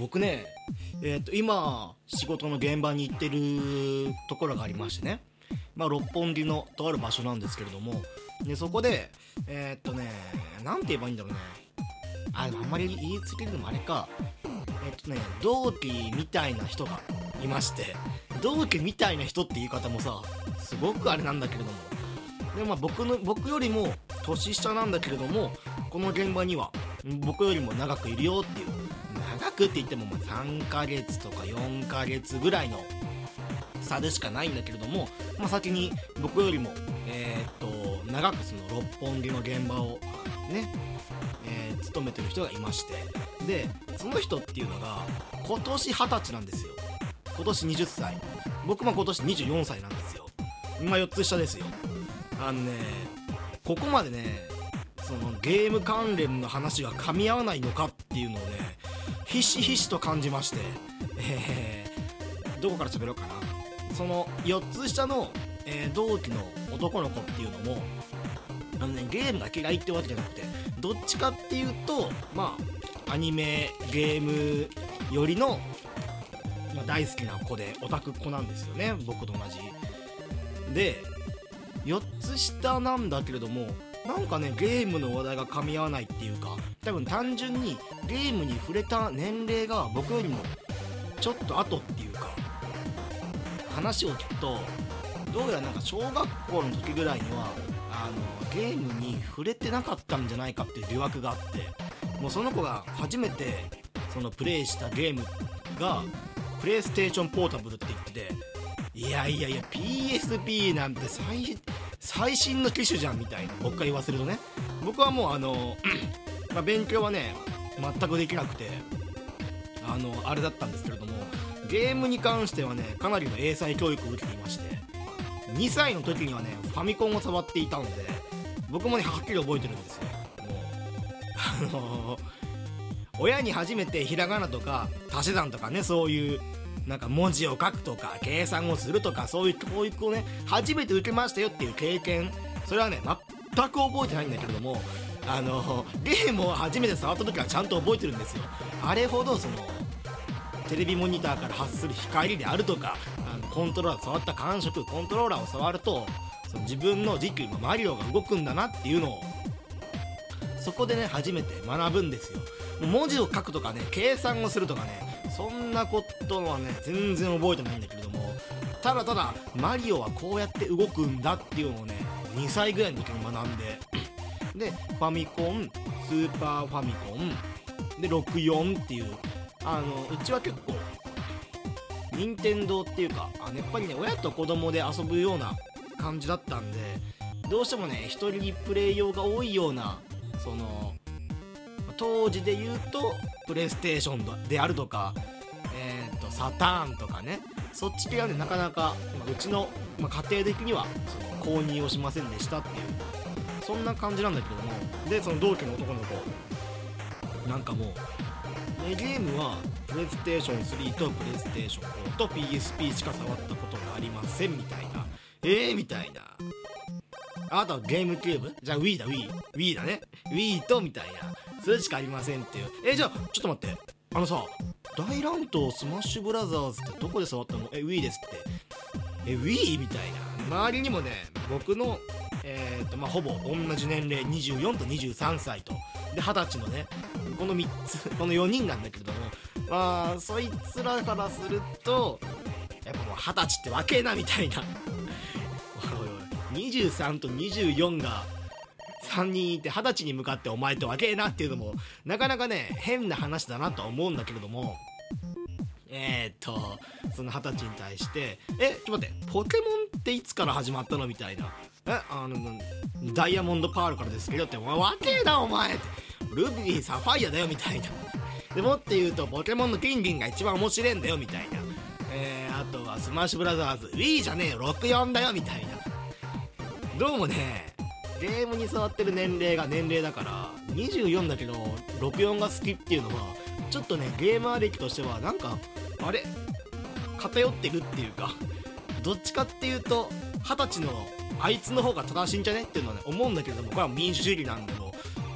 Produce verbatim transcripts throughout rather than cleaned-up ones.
僕ねえっと今仕事の現場に行ってるところがありましてね、まあ六本木のとある場所なんですけれども、でそこでえっとねなんて言えばいいんだろうね、あでもあんまり言いつけるのもあれか、えっとね同期みたいな人がいまして、同期みたいな人って言い方もさすごくあれなんだけれども、でもまあ僕の僕よりも年下なんだけれども、この現場には僕よりも長くいるよっていう、長くって言ってもまあさんかげつとかよんかげつぐらいの差でしかないんだけれども、まあ、先に僕よりもえー、っと長くその六本木の現場をね、えー、勤めてる人がいまして、でその人っていうのが今年はたちなんですよ。今年はたち、僕も今年にじゅうよんさいなんですよ。今よっつ下ですよ。あのねここまでねそのゲーム関連の話が噛み合わないのかっていうのをねひしひしと感じまして、えー、どこから喋ろうかな。そのよっつ下の、えー、同期の男の子っていうのもあの、ね、ゲームが嫌いってわけじゃなくて、どっちかっていうとまあアニメゲームよりの、まあ、大好きな子でオタクっ子なんですよね、僕と同じで。よっつ下なんだけれども、なんかねゲームの話題が噛み合わないっていうか、多分単純にゲームに触れた年齢が僕よりもちょっと後っていうか、話を聞くとどうやらなんか小学校の時ぐらいにはあのゲームに触れてなかったんじゃないかっていう疑惑があって、もうその子が初めてそのプレイしたゲームがプレイステーションポータブルって言ってて、いやいやいや ピーエスピー なんて 最, 最新の機種じゃんみたいな、僕から言わせるとね。僕はもうあの、まあ、勉強はね全くできなくてあのあれだったんですけれども、ゲームに関してはねかなりの英才教育を受けていまして、にさいの時にはねファミコンを触っていたので、僕もねはっきり覚えてるんですよ。もうあのー、親に初めてひらがなとか足し算とかね、そういうなんか文字を書くとか計算をするとか、そういう教育をね初めて受けましたよっていう経験、それはね全く覚えてないんだけれども、あのゲームを初めて触った時はちゃんと覚えてるんですよ。あれほどそのテレビモニターから発する光であるとか、あのコントローラー触った感触、コントローラーを触るとその自分の軸、マリオが動くんだなっていうのをそこでね初めて学ぶんですよ。文字を書くとかね計算をするとかね、そんなことはね全然覚えてないんだけれども、ただただマリオはこうやって動くんだっていうのをねにさいぐらいの時に学んで、でファミコン、スーパーファミコンでろくじゅうよんっていう、あのうちは結構任天堂っていうか、あのやっぱりね親と子供で遊ぶような感じだったんで、どうしてもね一人プレイ用が多いような、その当時で言うとプレイステーションであるとか、えー、とサターンとかね、そっち系はねなかなかうちの、まあ、家庭的にはその購入をしませんでしたっていう、そんな感じなんだけれども、でその同期の男の子なんかもう、ね、ゲームはプレイステーションスリーとプレイステーションフォーと ピーエスピー しか触ったことがありませんみたいな、えーみたいな、あとはゲームキューブ、じゃあ Wii だ Wii Wii だね Wii とみたいな、それしかありませんっていう。えじゃあちょっと待って、あのさ大乱闘スマッシュブラザーズってどこで触ったの？え Wii ですって。え Wii みたいな、周りにもね僕のえーとまあほぼ同じ年齢にじゅうよんとにじゅうさんさいとではたちのね、このみっつこのよにんなんだけれども、まあそいつらからするとやっぱもうはたちってわけえなみたいなにじゅうさんとにじゅうよんがさんにんいてはたちに向かってお前ってわけえなっていうのもなかなかね変な話だなとは思うんだけれども、えーっとそのはたちに対してえちょっと待ってポケモンっていつから始まったのみたいな、えあのダイヤモンドパールからですけどってわけえなお前ってルビーサファイアだよみたいな、でもって言うとポケモンの金銀が一番面白いんだよみたいな、えー、あとはスマッシュブラザーズ Wii じゃねえよろくじゅうよんだよみたいな、どうもねゲームに触ってる年齢が年齢だからにじゅうよんだけどろくじゅうよんが好きっていうのはちょっとねゲーマー歴としてはなんかあれ偏ってるっていうか、どっちかっていうとはたちのあいつの方が正しいんじゃねっていうのはね思うんだけれども、これは民主主義なんでも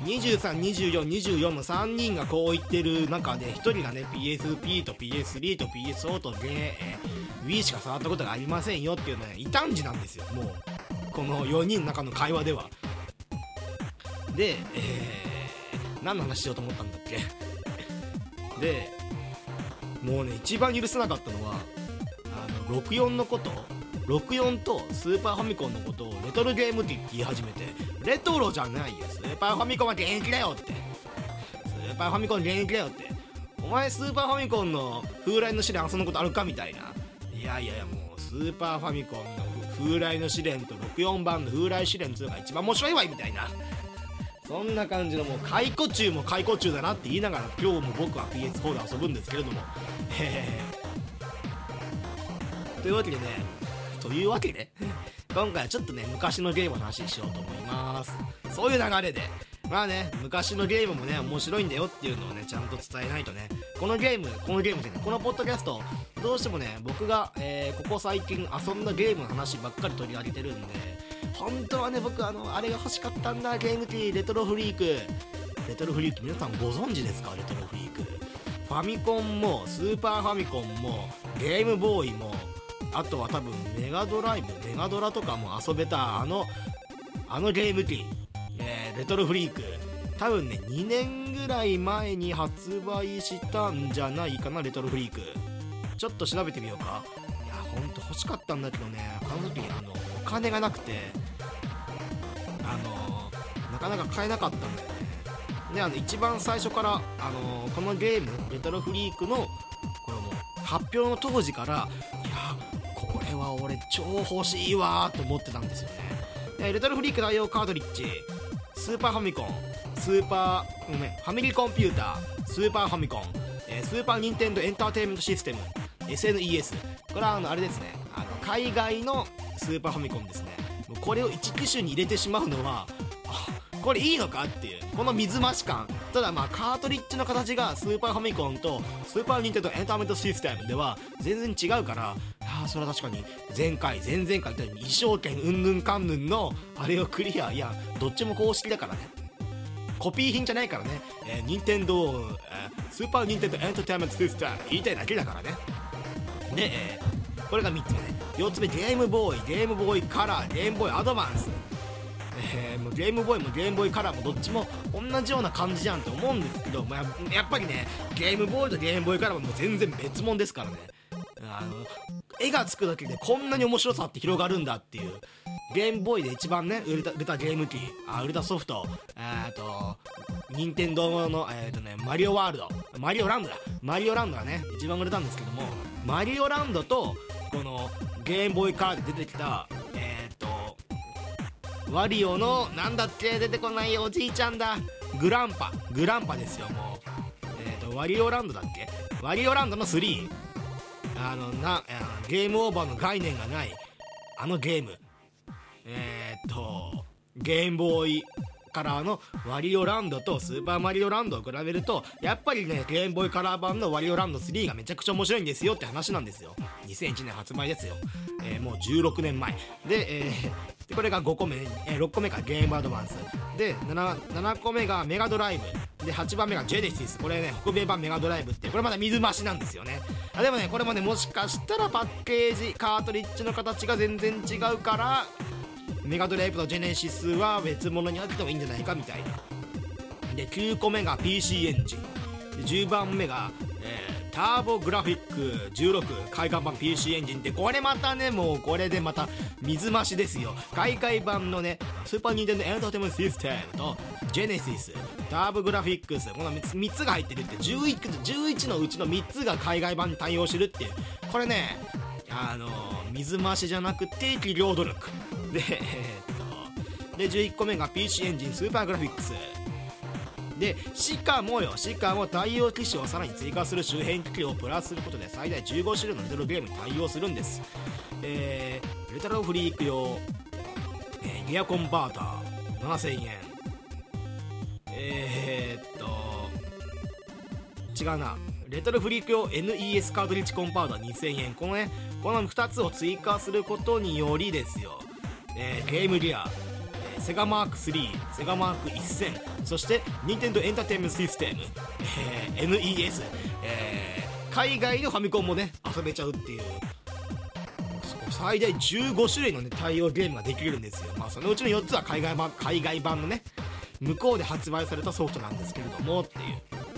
にじゅうさん、にじゅうよん、にじゅうよんのさんにんがこう言ってる中で、ひとりがね ピーエスピー と ピーエススリー と ピーエスフォー とで、えー、Wii しか触ったことがありませんよっていうのは異端児なんですよ、もうこのよにんの中の会話では。で、えー、何の話しようと思ったんだっけでもうね一番許せなかったのはあのろくじゅうよんのことろくじゅうよんとスーパーファミコンのことをレトロゲームって言い始めて、レトロじゃないよ、スーパーファミコンは現役だよって、スーパーファミコン現役だよって、お前スーパーファミコンの風来の試練遊んだことあるかみたいな。いやいやいや、もうスーパーファミコンの風来の試練とろくじゅうよんばんの風来試練っていうのが一番面白いわいみたいな、そんな感じのもう解雇中も解雇中だなって言いながら今日も僕は ピーエスフォー で遊ぶんですけれども、えー、というわけでねというわけで今回はちょっとね昔のゲームの話しようと思います。そういう流れでまあね昔のゲームもね面白いんだよっていうのをねちゃんと伝えないとね、このゲームこのゲームでねこのポッドキャストどうしてもね僕が、えー、ここ最近遊んだゲームの話ばっかり取り上げてるんで、本当はね僕あのあれが欲しかったんだ、ゲーム機レトロフリークレトロフリーク皆さんご存知ですか？レトロフリークファミコンもスーパーファミコンもゲームボーイもあとは多分メガドライブメガドラとかも遊べたあのあのゲーム機、えー、レトロフリーク多分ねにねんぐらい前に発売したんじゃないかな。レトロフリークちょっと調べてみようか。いやほんと欲しかったんだけどね、あの時あのお金がなくてあのなかなか買えなかったんだよね。であの一番最初からあのこのゲームレトロフリークのこれも発表の当時からいやこれは俺超欲しいわーと思ってたんですよね。でレトロフリーク対応カートリッジスーパーファミコンスーパーごめんファミリーコンピュータースーパーファミコン、えー、スーパーニンテンドーエンターテインメントシステム エスエヌイーエス これはあのあれですね、あの海外のスーパーファミコンですね。もうこれを一機種に入れてしまうのはこれいいのかっていうこの水増し感。ただまあカートリッジの形がスーパーファミコンとスーパーニンテンドーエンターテインメントシステムでは全然違うから、あそれは確かに前回前々回言ったように衣装券うんぬんかんぬんのあれをクリア、いやどっちも公式だからね、コピー品じゃないからね、えー、ニンテンドー、えー、スーパーニンテンドーエンターテインメントシステム言いたいだけだからね。で、えー、これがみっつめね。よっつめゲームボーイゲームボーイカラーゲームボーイアドバンス、えー、もうゲームボーイもゲームボーイカラーもどっちも同じような感じじゃんと思うんですけど、まあ、やっぱりねゲームボーイとゲームボーイカラーも全然別物ですからね。あの絵がつくだけでこんなに面白さって広がるんだっていう、ゲームボーイで一番ね売れた売れたゲーム機あ売れたソフト、えーと任天堂の、えーとね、マリオワールドマリオランドだマリオランドがね一番売れたんですけども、マリオランドとこのゲームボーイカラーで出てきたえーとワリオのなんだっけ出てこないおじいちゃんだグランパグランパですよ。もうえーとワリオランドだっけワリオランドのスリー、あのなゲームオーバーの概念がないあのゲーム、えー、っとゲームボーイカラーのワリオランドとスーパーマリオランドを比べるとやっぱりねゲームボーイカラー版のワリオランドスリーがめちゃくちゃ面白いんですよって話なんですよ。にせんいちねん発売ですよ、えー、もうじゅうろくねんまえで、えー、でこれがごこめ、えー、ろっこめがゲームアドバンスで 7, 7個目がメガドライブではちばんめがジェネシス、これね北米版メガドライブってこれまだ水増しなんですよね。あでもねこれもねもしかしたらパッケージカートリッジの形が全然違うからメガドライブとジェネシスは別物にあってもいいんじゃないかみたいな。できゅうこめが ピーシー エンジンでじゅうばんめが、えー、ターボグラフィックじゅうろく海外版 ピーシー エンジンでこれまたねもうこれでまた水増しですよ。海外版のねスーパーニンテンドーエンターテインメントシステムとジェネシスターボグラフィックスこの みっつ, みっつが入ってるってじゅういち, じゅういちのうちのみっつが海外版に対応してるっていう、これねあのー、水増しじゃなくて企業努力で、えー、っとでじゅういっこめが ピーシー エンジンスーパーグラフィックスでしかもよしかも対応機種をさらに追加する周辺機器をプラスすることで最大じゅうごしゅるいのレトロゲームに対応するんです。えー、レトロフリーク用、えー、ギアコンバーターななせんえん、えー、っと違うなレトロフリーク用 エヌイーエス カートリッジコンパウダーにせんえん、このねこのふたつを追加することによりですよ、えー、ゲームギア、えー、 セガマークスリー、セガマークせん、そして任天堂エンターテインメントシステム、えー、エヌイーエス、えー、海外のファミコンもね遊べちゃうっていう、最大じゅうごしゅるいの、ね、対応ゲームができるんですよ。まあそのうちのよっつは海外版、海外版のね向こうで発売されたソフトなんですけれどもっていう、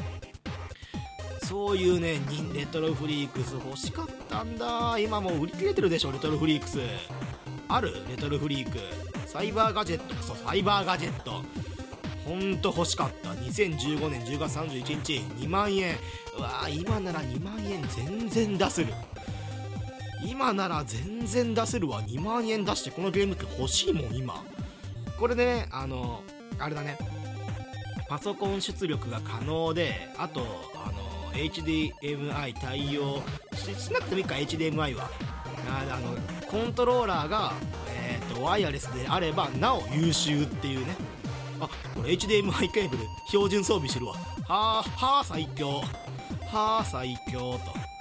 そういうねレトロフリークス欲しかったんだ。今もう売り切れてるでしょレトロフリークス。あるレトロフリークサイバーガジェット、そうサイバーガジェットほんと欲しかった。にせんじゅうごねんじゅうがつさんじゅういちにちにまんえん。うわー今ならにまんえん全然出せる。今なら全然出せるわ。にまんえん出してこのゲームって欲しいもん今。これでねあのあれだね、パソコン出力が可能で、あとあの エイチディーエムアイ 対応 し, しなくてもいいか エイチディーエムアイ はああのコントローラーが、えー、とワイヤレスであればなお優秀っていうね。あこれ エイチディーエムアイ ケーブル標準装備してるわ。はあはあ最強、はあ最強と。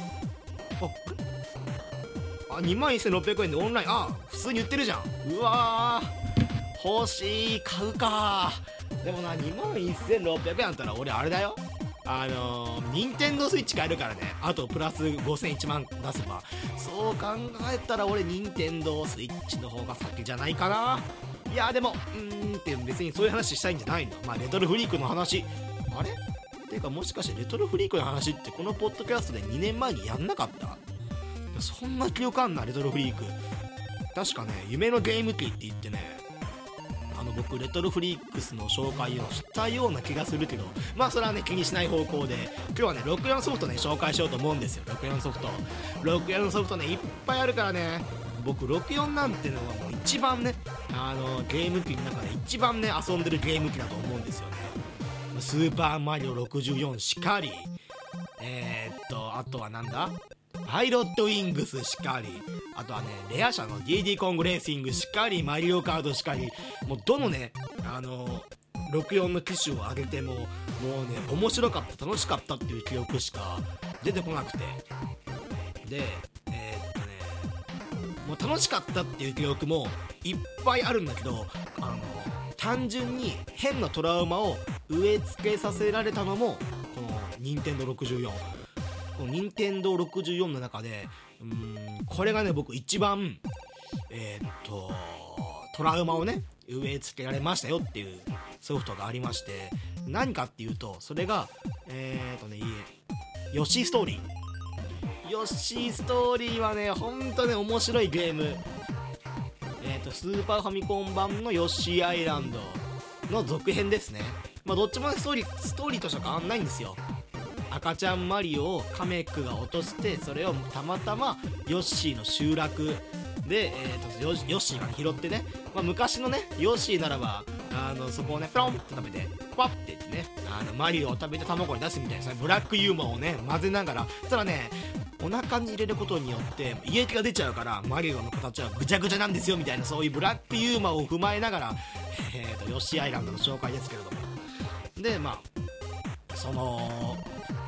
ああにまんせんろっぴゃくえんでオンライン、あ普通に売ってるじゃん。うわー欲しい、買うか。でもなにまんせんろっぴゃくえんあったら俺あれだよ、あのー、ニンテンドースイッチ買えるからね。あとプラスごせんいちまん出せば、そう考えたら俺ニンテンドースイッチの方が先じゃないかな。いやでもうーんって別にそういう話したいんじゃないの。まあレトロフリークの話、あれていうかもしかしてレトロフリークの話ってこのポッドキャストでにねんまえにやんなかった？そんな記憶あんなレトロフリーク。確かね夢のゲーム機って言ってね、あの僕レトロフリークスの紹介をしたような気がするけど、まあそれはね気にしない方向で、今日はねろくじゅうよんソフトね紹介しようと思うんですよ。ろくじゅうよんソフトろくじゅうよんソフトねいっぱいあるからね。僕ろくじゅうよんなんてのはもう一番ねあのゲーム機の中で一番ね遊んでるゲーム機だと思うんですよね。スーパーマリオろくじゅうよんしかり、えー、っとあとはなんだパイロットウィングスしかり、あとはねレア社の ディーディー コングレーシングしかり、マリオカードしかり、もうどのねあのろくじゅうよんの機種を上げてももうね面白かった楽しかったっていう記憶しか出てこなくて、でえー、っとねもう楽しかったっていう記憶もいっぱいあるんだけど、あの単純に変なトラウマを植え付けさせられたのもこの任天堂ろくじゅうよん。この任天堂ろくじゅうよんの中でうーんこれがね僕一番えー、っとトラウマをね植え付けられましたよっていうソフトがありまして、何かっていうとそれがえー、っとねいいえヨッシーストーリー。ヨッシーストーリーはねほんとね面白いゲーム。えー、っとスーパーファミコン版のヨッシーアイランドの続編ですね。まあどっちもストーリーストーリーとしては変わんないんですよ。赤ちゃんマリオをカメックが落として、それをたまたまヨッシーの集落で、えー、とヨッシーが、ね、拾ってね、まあ、昔のねヨッシーならばあのそこをねプロンって食べてパッて言ってねあのマリオを食べて卵に出すみたいな、それブラックユーモアをね混ぜながら、そしたらねお腹に入れることによって胃液が出ちゃうからマリオの形はぐちゃぐちゃなんですよみたいな、そういうブラックユーモアを踏まえながら、えー、とヨッシーアイランドの紹介ですけれども、でまあその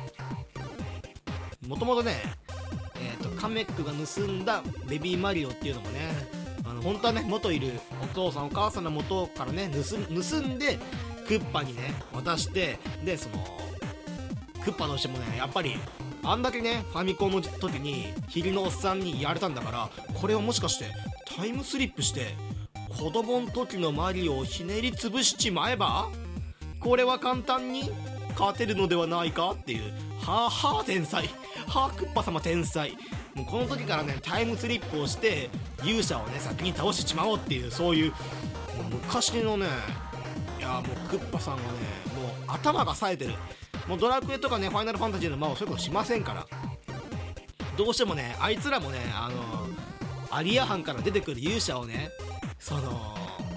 もともとね、えー、とカメックが盗んだベビーマリオっていうのもね、あの本当はね元いるお父さんお母さんの元からね 盗, 盗んでクッパにね渡して、でそのクッパとしてもねやっぱりあんだけねファミコンの時にヒゲのおっさんにやれたんだから、これをもしかしてタイムスリップして子供の時のマリオをひねり潰しちまえばこれは簡単に勝てるのではないかっていう。はあはあ天才、はあクッパ様天才。もうこの時からねタイムスリップをして勇者をね先に倒してちまおうっていう、そういうもう昔のね、いやもうクッパさんはねもう頭が冴えてる。もうドラクエとかねファイナルファンタジーの魔王そういうことしませんから、どうしてもねあいつらもねあのアリア藩から出てくる勇者をねその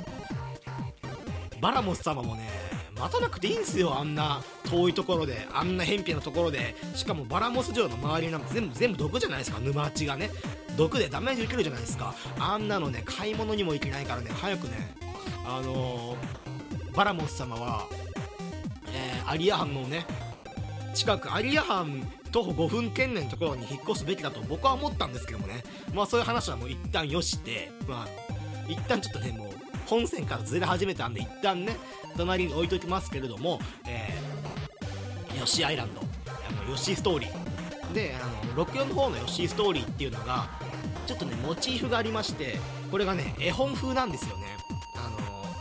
バラモス様もね待たなくていいんすよ。あんな遠いところであんな偏僻なところで、しかもバラモス城の周りなんて全部全部毒じゃないですか。沼地がね毒でダメージ受けるじゃないですか。あんなのね買い物にも行けないからね早くねあのー、バラモス様は、えー、アリア藩のね近くアリア藩徒歩ごふん圏内のところに引っ越すべきだと僕は思ったんですけどもね、まあそういう話はもう一旦よして、まあ一旦ちょっとねもう本線からずれ始めたんで一旦ね隣に置いときますけれども、えー、ヨッシーアイランド、あのヨッシーストーリーで、あのろくじゅうよんの方のヨッシーストーリーっていうのがちょっとねモチーフがありまして、これがね絵本風なんですよね。あ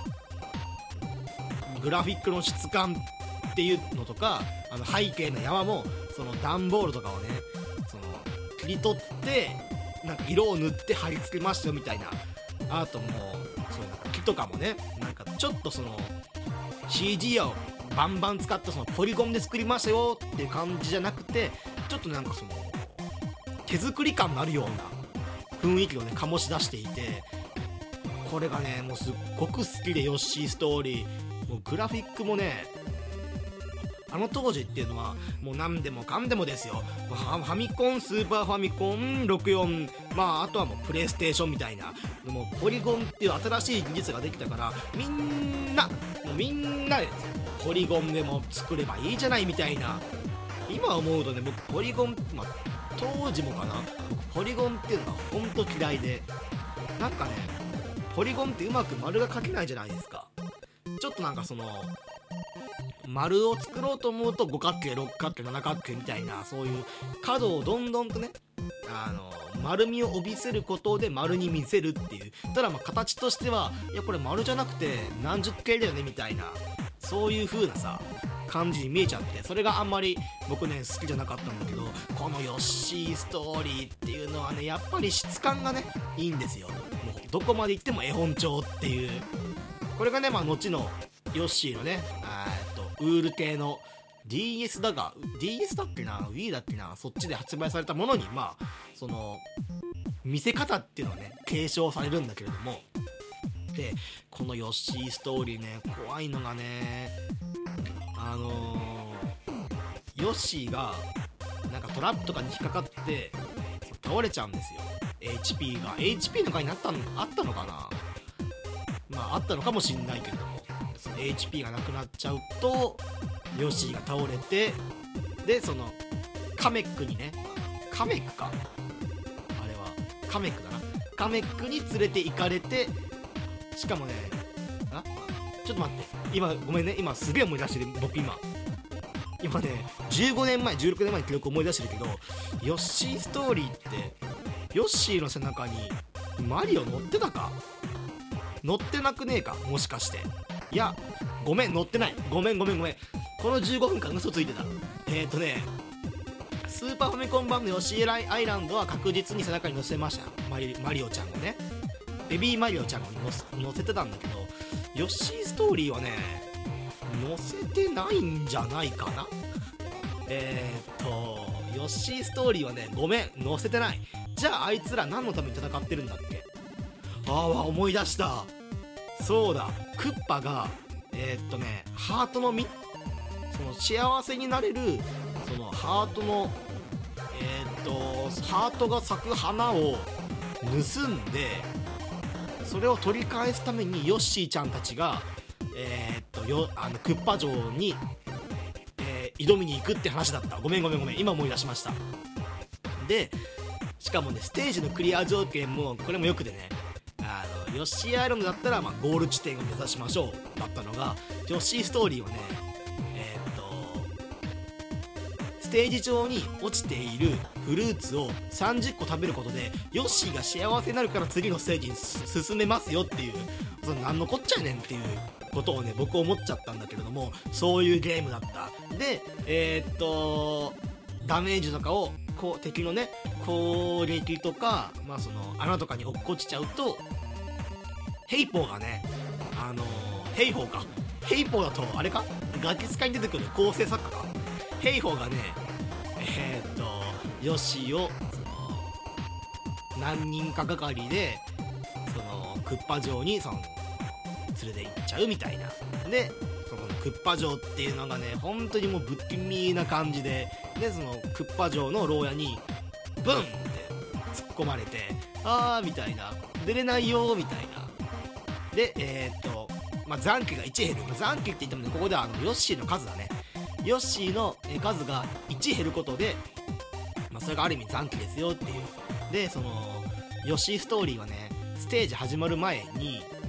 のグラフィックの質感っていうのとか、あの背景の山もその段ボールとかをねその切り取ってなんか色を塗って貼り付けましたよみたいな。あともうそういうなんか木とかもねなんかちょっとその シージー をバンバン使ったそのポリゴンで作りましたよっていう感じじゃなくて、ちょっとなんかその手作り感のあるような雰囲気をね醸し出していて、これがねもうすっごく好きで、ヨッシーストーリーもうグラフィックもね、あの当時っていうのはもう何でもかんでもですよ。ファミコン、スーパーファミコン、ろくじゅうよん、まああとはもうプレイステーションみたいな、もうポリゴンっていう新しい技術ができたから、みんなもうみんなでポリゴンでも作ればいいじゃないみたいな。今思うとね、僕ポリゴン、まあ当時もかな、ポリゴンっていうのがほんと嫌いで、なんかねポリゴンってうまく丸が描けないじゃないですか。ちょっとなんかその丸を作ろうと思うと五角形、六角形、七角形みたいな、そういう角をどんどんとねあの丸みを帯びせることで丸に見せるっていう。ただまあ形としてはいやこれ丸じゃなくて何十形だよねみたいな、そういう風なさ感じに見えちゃって、それがあんまり僕ね好きじゃなかったんだけど、このヨッシーストーリーっていうのはねやっぱり質感がねいいんですよ。もうどこまで行っても絵本調っていう。これがねまあ後のヨッシーのねえっとウール系の ディーエス だが ディーエス だっけな Wii だっけな、そっちで発売されたものにまあその見せ方っていうのはね継承されるんだけれども、でこのヨッシーストーリーね怖いのがね、あのー、ヨッシーがなんかトラップとかに引っかかって倒れちゃうんですよ。 エイチピー が エイチピー の回になったのあったのかな、まああったのかもしんないけれども、その エイチピー がなくなっちゃうとヨッシーが倒れて、でそのカメックにね、カメックかあれはカメックだな、カメックに連れて行かれて、しかもねあちょっと待って、今ごめんね、今すげえ思い出してる。僕今今ねじゅうごねんまえじゅうろくねんまえの記録思い出してるけど、ヨッシーストーリーってヨッシーの背中にマリオ乗ってたか、乗ってなくねえか、もしかして。いやごめん乗ってない、ごめんごめんごめん、このじゅうごふんかん嘘ついてた。えーとねスーパーファミコン版のヨッシーアイランドは確実に背中に乗せました。マリ、マリオちゃんがね、ベビーマリオちゃんが乗せてたんだけど、ヨッシーストーリーはね乗せてないんじゃないかな。えーっとヨッシーストーリーはねごめん乗せてない。じゃああいつら何のために戦ってるんだっけ。ああ思い出した、そうだ、クッパがえー、っとねハートの実、その幸せになれるそのハートのえー、っとハートが咲く花を盗んで、それを取り返すためにヨッシーちゃんたちがえー、っとよあのクッパ城に、えー、挑みに行くって話だった。ごめんごめんごめん今思い出しました。でしかもねステージのクリア条件もこれもよくでね、あのヨッシーアイランドだったらまあゴール地点を目指しましょうだったのが、ヨッシーストーリーはねえー、っとステージ上に落ちているフルーツをさんじゅっこ食べることでヨッシーが幸せになるから次のステージに進めますよっていう、その何のこっちゃねんっていうことをね僕思っちゃったんだけれども、そういうゲームだった。でえー、っとダメージとかをこう敵のね攻撃とか、まあその穴とかに落っこちちゃうとヘイポーがねあのー、ヘイホーかヘイポーだとあれかガキ使いに出てくる構成作家かヘイホーがねえー、っとヨッシーをその何人かがかりでそのクッパ城にその連れて行っちゃうみたいな。でそのクッパ城っていうのがね本当にもう不気味な感じで、でそのクッパ城の牢屋にブンって突っ込まれて、あーみたいな、出れないよみたいな。でえー、っとまあ残機がいち減る、残機って言ってもねここではあのヨッシーの数だね、ヨッシーの数がいち減ることで、まあ、それがある意味残機ですよっていう。でそのヨッシーストーリーはねステージ始まる前に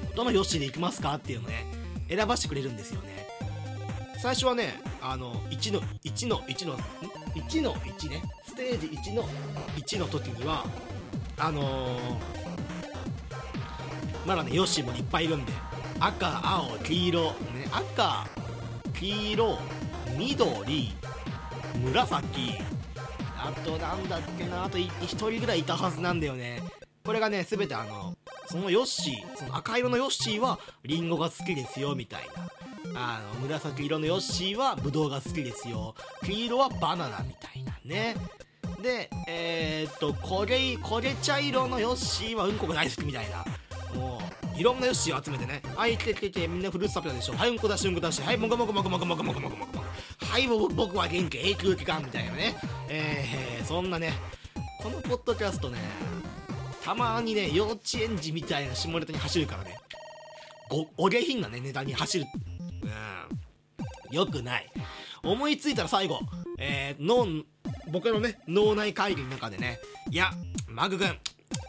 どのヨッシーで行きますかっていうのね選ばしてくれるんですよね。最初はねあのいちのいちのいちのいちのいちねステージいちのいちの時にはあのー、まだねヨッシーもいっぱいいるんで赤青黄色ね赤黄色緑紫あとなんだっけなあとひとりぐらいいたはずなんだよね。これがね全てあのそのヨッシーその赤色のヨッシーはリンゴが好きですよみたいな、あの紫色のヨッシーはブドウが好きですよ、黄色はバナナみたいなね。でえー、っとこれこれ茶色のヨッシーはうんこが大好きみたいな、もういろんなヨッシーを集めてね、はい来て来て来てみんなフルーツサプラでしょ、はいうんこ出してうんこ出してはいもぐもぐもぐもぐもぐもぐもぐもぐもぐはい僕は元気永久期間みたいなね、えー、そんなねこのポッドキャストねたまにね幼稚園児みたいな下ネタに走るからね、ごお下品なねネタに走る、うん、よくない。思いついたら最後、えー、脳僕のね脳内会議の中でね、いやマグ君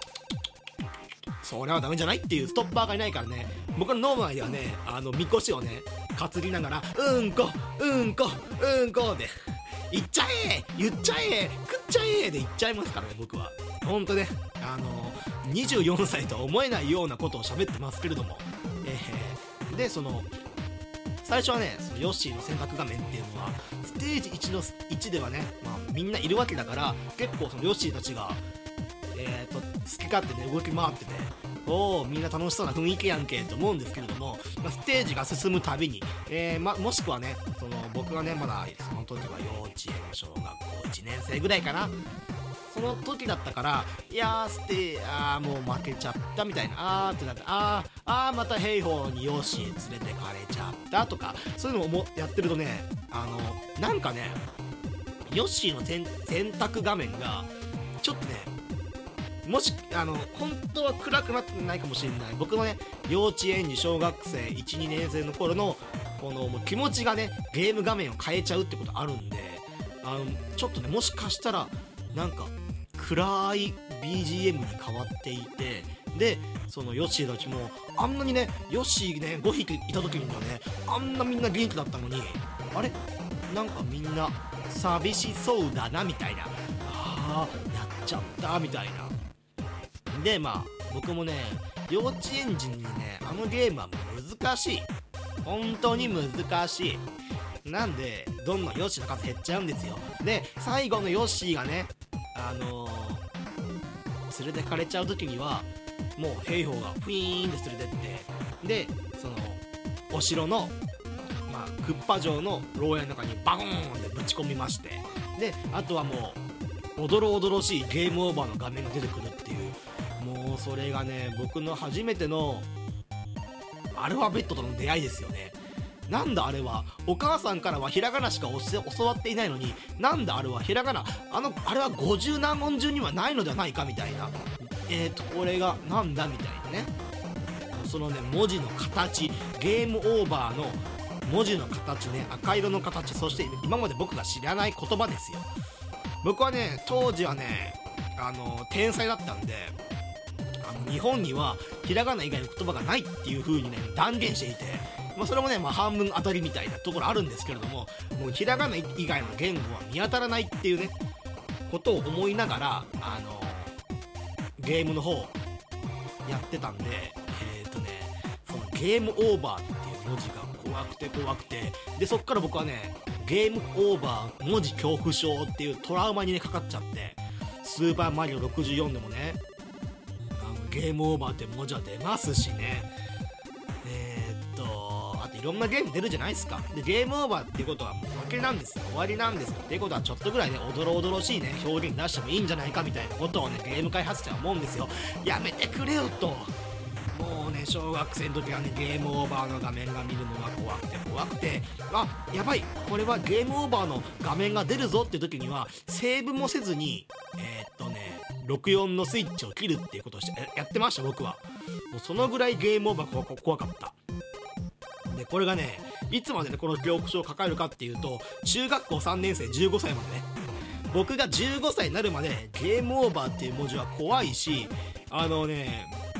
それはダメじゃないっていうストッパーがいないからね、僕の脳内ではねあのみこしをね担ぎながらうんこうんこうんこで言っちゃえ言っちゃえ食っちゃえで言っちゃいますからね。僕はほんとねあのにじゅうよんさいとは思えないようなことを喋ってますけれども、えー、でその最初はねそのヨッシーの選択画面っていうのはステージいちのいちではね、まあ、みんないるわけだから結構そのヨッシーたちがえーと好き勝手ね動き回ってて、おーみんな楽しそうな雰囲気やんけと思うんですけれども、まあ、ステージが進むたびに、えーま、もしくはねその僕がねまだその時は幼稚園小学校いちねん生ぐらいかな、その時だったからいやーステーあーもう負けちゃったみたいな、あーってなってあーあーまたヘイホーにヨッシー連れてかれちゃったとかそういうのもやってるとねあのなんかねヨッシーの選択画面がちょっとねもしあの本当は暗くなってないかもしれない、僕のね幼稚園児小学生 いちにねん生の頃のこのもう気持ちがねゲーム画面を変えちゃうってことあるんで、あのちょっとねもしかしたらなんか暗い ビージーエム に変わっていて、でそのヨッシーたちもあんなにねヨッシーねごひきいた時にはねあんなみんな元気だったのに、あれなんかみんな寂しそうだなみたいな、あーやっちゃったみたいな。でまあ僕もね幼稚園児にねあのゲームは難しい、本当に難しい。なんでどんどんヨッシーの数減っちゃうんですよ。で最後のヨッシーがねあのー、連れてかれちゃう時にはもう兵法がフィーンで連れてってでそのお城のまあクッパ城の牢屋の中にバコーンってぶち込みまして、であとはもうおどろおどろしいゲームオーバーの画面が出てくるっていう、もうそれがね僕の初めてのアルファベットとの出会いですよね。なんだあれはお母さんからはひらがなしか教わっていないのに、なんだあれはひらがなあのあれはごじゅう何音順にはないのではないかみたいな、えーとこれがなんだみたいなね、そのね文字の形ゲームオーバーの文字の形ね赤色の形、そして今まで僕が知らない言葉ですよ。僕はね当時はねあの天才だったんで、あの日本にはひらがな以外の言葉がないっていう風にね断言していて、まあ、それもね、まあ、半分当たりみたいなところあるんですけれども、もうひらがな以外の言語は見当たらないっていうねことを思いながらあのゲームの方やってたんで、えっとねそのゲームオーバーっていう文字が怖くて怖くて、でそっから僕はねゲームオーバー文字恐怖症っていうトラウマにねかかっちゃって、スーパーマリオろくじゅうよんでもねあのゲームオーバーって文字は出ますしね、えー、っとあといろんなゲーム出るじゃないですか。でゲームオーバーっていうことはもう負けなんですよ、終わりなんですよっていうことはちょっとぐらいねおどろおどろしいね表現出してもいいんじゃないかみたいなことをねゲーム開発者は思うんですよ。やめてくれよと、もうね小学生の時はねゲームオーバーの画面が見るのが怖くて怖くて、あやばいこれはゲームオーバーの画面が出るぞっていう時にはセーブもせずにえー、っとねろくじゅうよんのスイッチを切るっていうことをしてやってました僕は。もうそのぐらいゲームオーバー怖怖かった。でこれがねいつまでねこの恐怖症を抱えるかっていうと、中学校さんねん生じゅうごさいまでね、僕がじゅうごさいになるまでゲームオーバーっていう文字は怖いし、あのね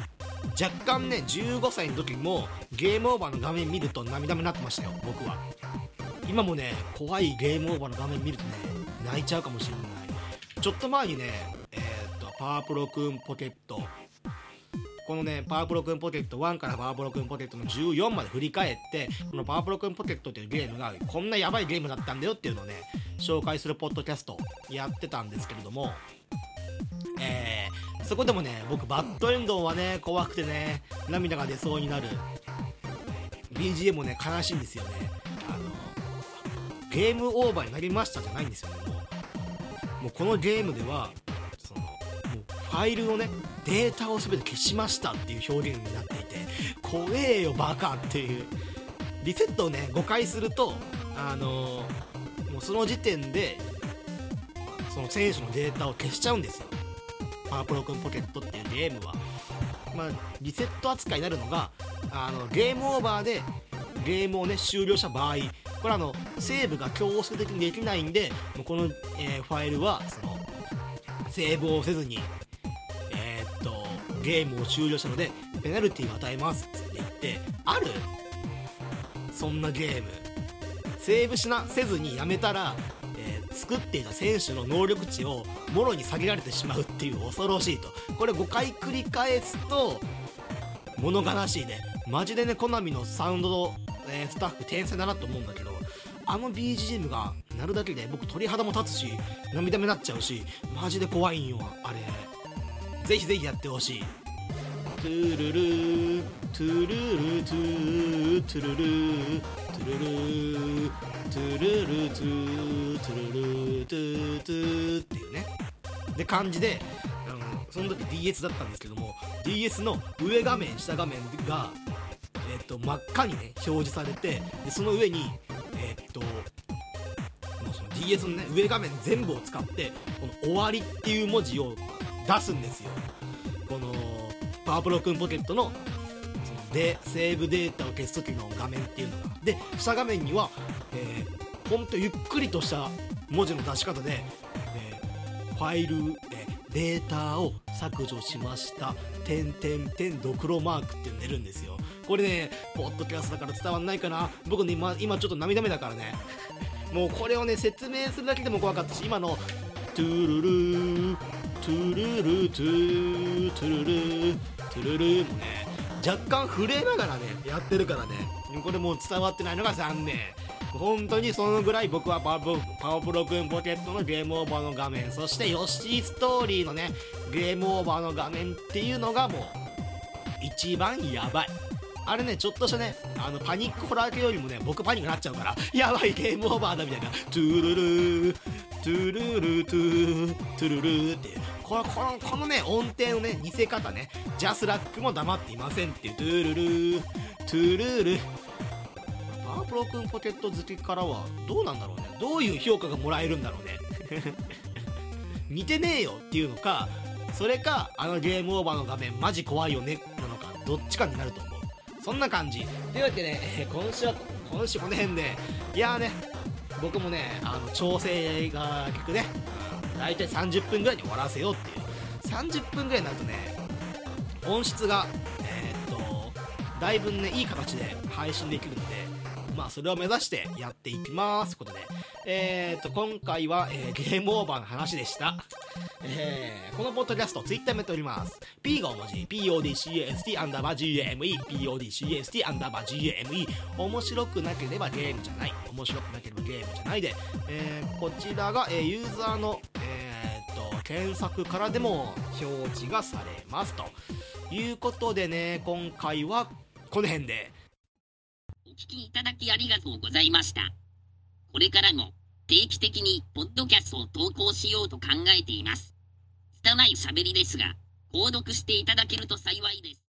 若干ねじゅうごさいの時もゲームオーバーの画面見ると涙目になってましたよ僕は。今もね怖いゲームオーバーの画面見るとね泣いちゃうかもしれない。ちょっと前にねえー、っとパワープロくんポケット、このねパワープロくんポケットワンからパワープロくんポケットのじゅうよんまで振り返って、このパワープロくんポケットっていうゲームがこんなヤバいゲームだったんだよっていうのをね紹介するポッドキャストやってたんですけれども、えー、そこでもね僕バッドエンドはね怖くてね涙が出そうになる。 ビージーエム もね悲しいんですよね。あのゲームオーバーになりましたじゃないんですよね。もうもうこのゲームではそのもうファイルのねデータを全て消しましたっていう表現になっていて、怖えよバカっていう。リセットをねごかいするとあのー、もうその時点でその選手のデータを消しちゃうんですよパワープロくんポケットっていうゲームは。まあリセット扱いになるのがあのゲームオーバーでゲームをね終了した場合、これあのセーブが強制的にできないんで、もうこの、えー、ファイルはそのセーブをせずにえー、っとゲームを終了したのでペナルティーを与えますって言って、あるそんなゲームセーブしなせずにやめたら、えー、作っていた選手の能力値をもろに下げられてしまうっていう恐ろしいと。これごかい繰り返すと物悲しいね。マジでねコナミのサウンドの、えー、スタッフ天才だなと思うんだけど、あの ビージーエム が鳴るだけで僕鳥肌も立つし涙目になっちゃうしマジで怖いんよあれ。ぜひぜひやってほしい。トゥルルートゥルルトゥトゥルルートゥルルートゥルルトゥトゥルルートゥトゥっていうねで感じで、あのその時 ディーエス だったんですけども ディーエス の上画面下画面が、えー、と真っ赤にね表示されて、でその上にえー、っともうその ディーエス のね上画面全部を使ってこの終わりっていう文字を出すんですよ。このパワープロくんポケットのそのでセーブデータを消す時の画面っていうのがで、下画面には、えー、ほんとゆっくりとした文字の出し方で、えー、ファイル、えー、データを削除しました点点点ドクロマークっていうの出るんですよ。これねポッドキャストだから伝わんないかな。僕ね今、今ちょっと涙目だからねもうこれをね説明するだけでも怖かったし、今のトゥルルートゥルルトゥトゥルルトゥルルもね若干震えながらねやってるからね、これもう伝わってないのが残念。本当にそのぐらい僕はパワープロくんポケットのゲームオーバーの画面、そしてヨッシーストーリーのねゲームオーバーの画面っていうのがもう一番やばい。あれねちょっとしたねあのパニックホラー系よりもね僕パニックになっちゃうからやばいゲームオーバーだみたいなトゥルルートゥルルトゥトゥルルーっていうこのこのこのね音程のね似せ方ね、ジャスラックも黙っていませんっていうトゥルルートゥルルパワープロくんポケット好きからはどうなんだろうね、どういう評価がもらえるんだろうね似てねえよっていうのか、それかあのゲームオーバーの画面マジ怖いよねなのか、どっちかになると思う。そんな感じというわけでね、えー、今週は今週この辺で、いやーね僕もねあの調整が結局ねだいたいさんじゅっぷんぐらいに終わらせようっていう、さんじゅっぷんぐらいになるとね音質がえー、っとだいぶねいい形で配信できるので、まあそれを目指してやっていきますということで、えー、っと今回は、えー、ゲームオーバーの話でした。えー、このポッドキャストツイッターもやっております。 P が大文字 ピーオーディーシーエーエスティー アンダーバー ジーエーエムイー ピーオーディーシーエーエスティー アンダーバー ジーエーエムイー、 面白くなければゲームじゃない、面白くなければゲームじゃないで、えー、こちらが、えー、ユーザーの、えー、っと検索からでも表示がされますということでね、今回はこの辺で。 お聞きいただきありがとうございました。これからも定期的にポッドキャストを投稿しようと考えています。拙い喋りですが、購読していただけると幸いです。